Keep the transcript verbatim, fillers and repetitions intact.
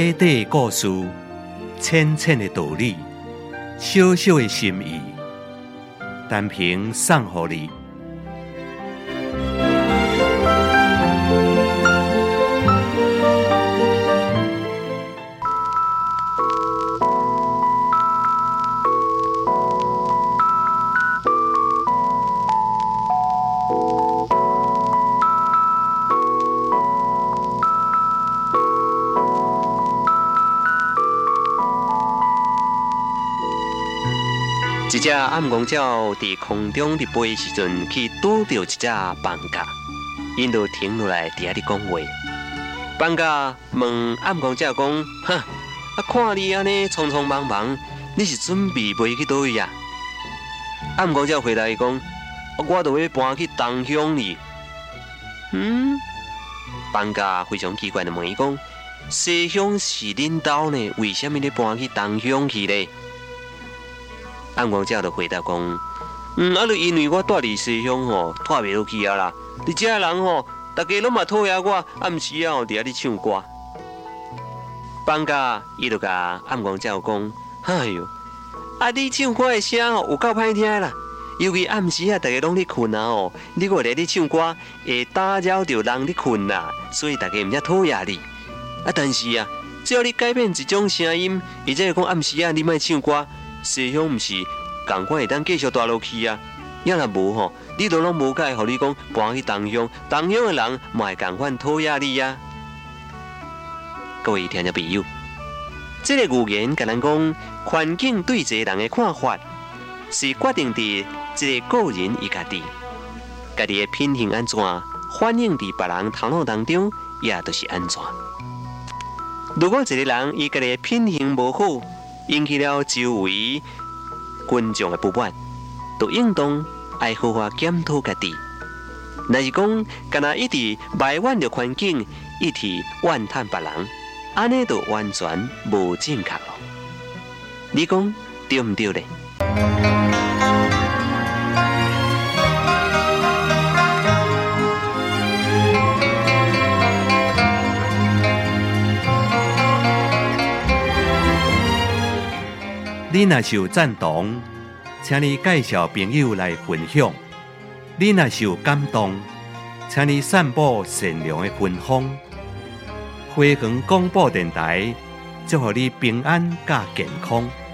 短短的故事，浅浅的道理，小小的心意，单凭送予你。 一只暗光鸟伫空中伫飞的时阵，去拄到一只放假，因就停落来伫遐咧讲话。放假问暗光鸟讲：“哈，啊看你安尼匆匆忙忙，你是准备飞去倒位啊？”暗光鸟回答伊讲：“我就要搬去东乡哩。”嗯，放假非常奇怪地问伊讲：“西乡是恁兜呢？为什么你搬去东乡去呢？”暗光鸟就回答讲：“嗯，啊，就因为我住伫西乡吼，拖袂落去啊啦。你遮人吼，大家拢嘛讨厌我，暗时啊吼伫遐咧唱歌。”放假伊就甲暗光鸟讲：“哎哟，啊你唱歌的声吼有够歹听啦，尤其暗时啊大家拢咧困啊吼，你搁来咧唱歌会打扰到人咧困啦，所以大家毋则讨厌你。啊，但是啊，只要你改变一种声音，或者讲暗时啊你莫唱歌。”西乡毋是共款会当继续住落去啊？要若无吼，你都拢无解，互你讲搬去东乡，东乡的人嘛会共款讨厌你啊！各位听众朋友，这个寓言甲咱讲，环境对一个人的看法，是决定伫一个个人伊家己，家己的品行安怎，反映伫别人头脑当中，也就是安怎。如果一个人伊家己的品行无好，引起了周围群众的不满，就应当爱好好检讨家己。若是讲，干那一直埋怨着环境，一直怨叹别人，安尼就完全无正确咯。你讲对唔对咧？ 你若是有赞同，请你介绍朋友来分享；你若是有感动，请你散布善良的芬芳。花园广播电台，祝福你平安加健康。